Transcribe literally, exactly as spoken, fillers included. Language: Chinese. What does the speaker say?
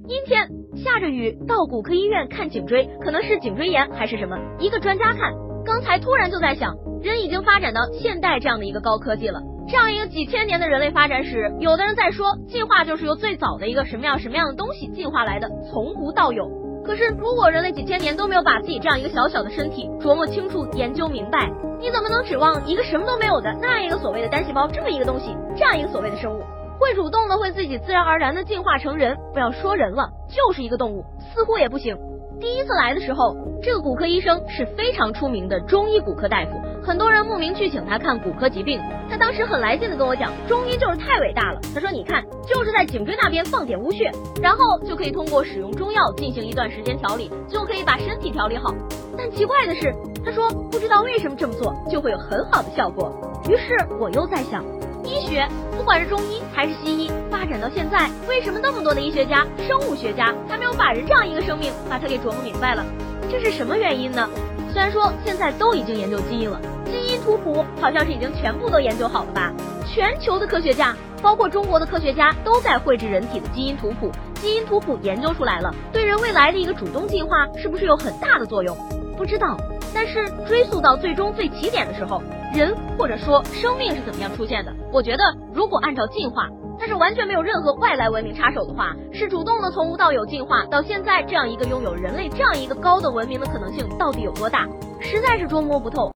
阴天，下着雨，到骨科医院看颈椎，可能是颈椎炎还是什么。一个专家看，刚才突然就在想，人已经发展到现代这样的一个高科技了，这样一个几千年的人类发展史，有的人在说进化就是由最早的一个什么样什么样的东西进化来的，从无到有。可是如果人类几千年都没有把自己这样一个小小的身体琢磨清楚、研究明白，你怎么能指望一个什么都没有的那样一个所谓的单细胞这么一个东西，这样一个所谓的生物会主动的会自己自然而然的进化成人？不要说人了，就是一个动物似乎也不行。第一次来的时候，这个骨科医生是非常出名的中医骨科大夫，很多人慕名去请他看骨科疾病。他当时很来劲的跟我讲，中医就是太伟大了。他说你看，就是在颈椎那边放点乌穴，然后就可以通过使用中药进行一段时间调理，就可以把身体调理好。但奇怪的是，他说不知道为什么这么做就会有很好的效果。于是我又在想，医学不管是中医还是西医，发展到现在，为什么那么多的医学家、生物学家还没有把人这样一个生命把它给琢磨明白了？这是什么原因呢？虽然说现在都已经研究基因了，基因图谱好像是已经全部都研究好了吧？全球的科学家，包括中国的科学家，都在绘制人体的基因图谱，基因图谱研究出来了，对人未来的一个主动进化是不是有很大的作用？不知道。但是追溯到最终最起点的时候，人或者说生命是怎么样出现的？我觉得如果按照进化，它是完全没有任何外来文明插手的话，是主动的从无到有进化到现在这样一个拥有人类这样一个高的文明的可能性到底有多大，实在是捉摸不透。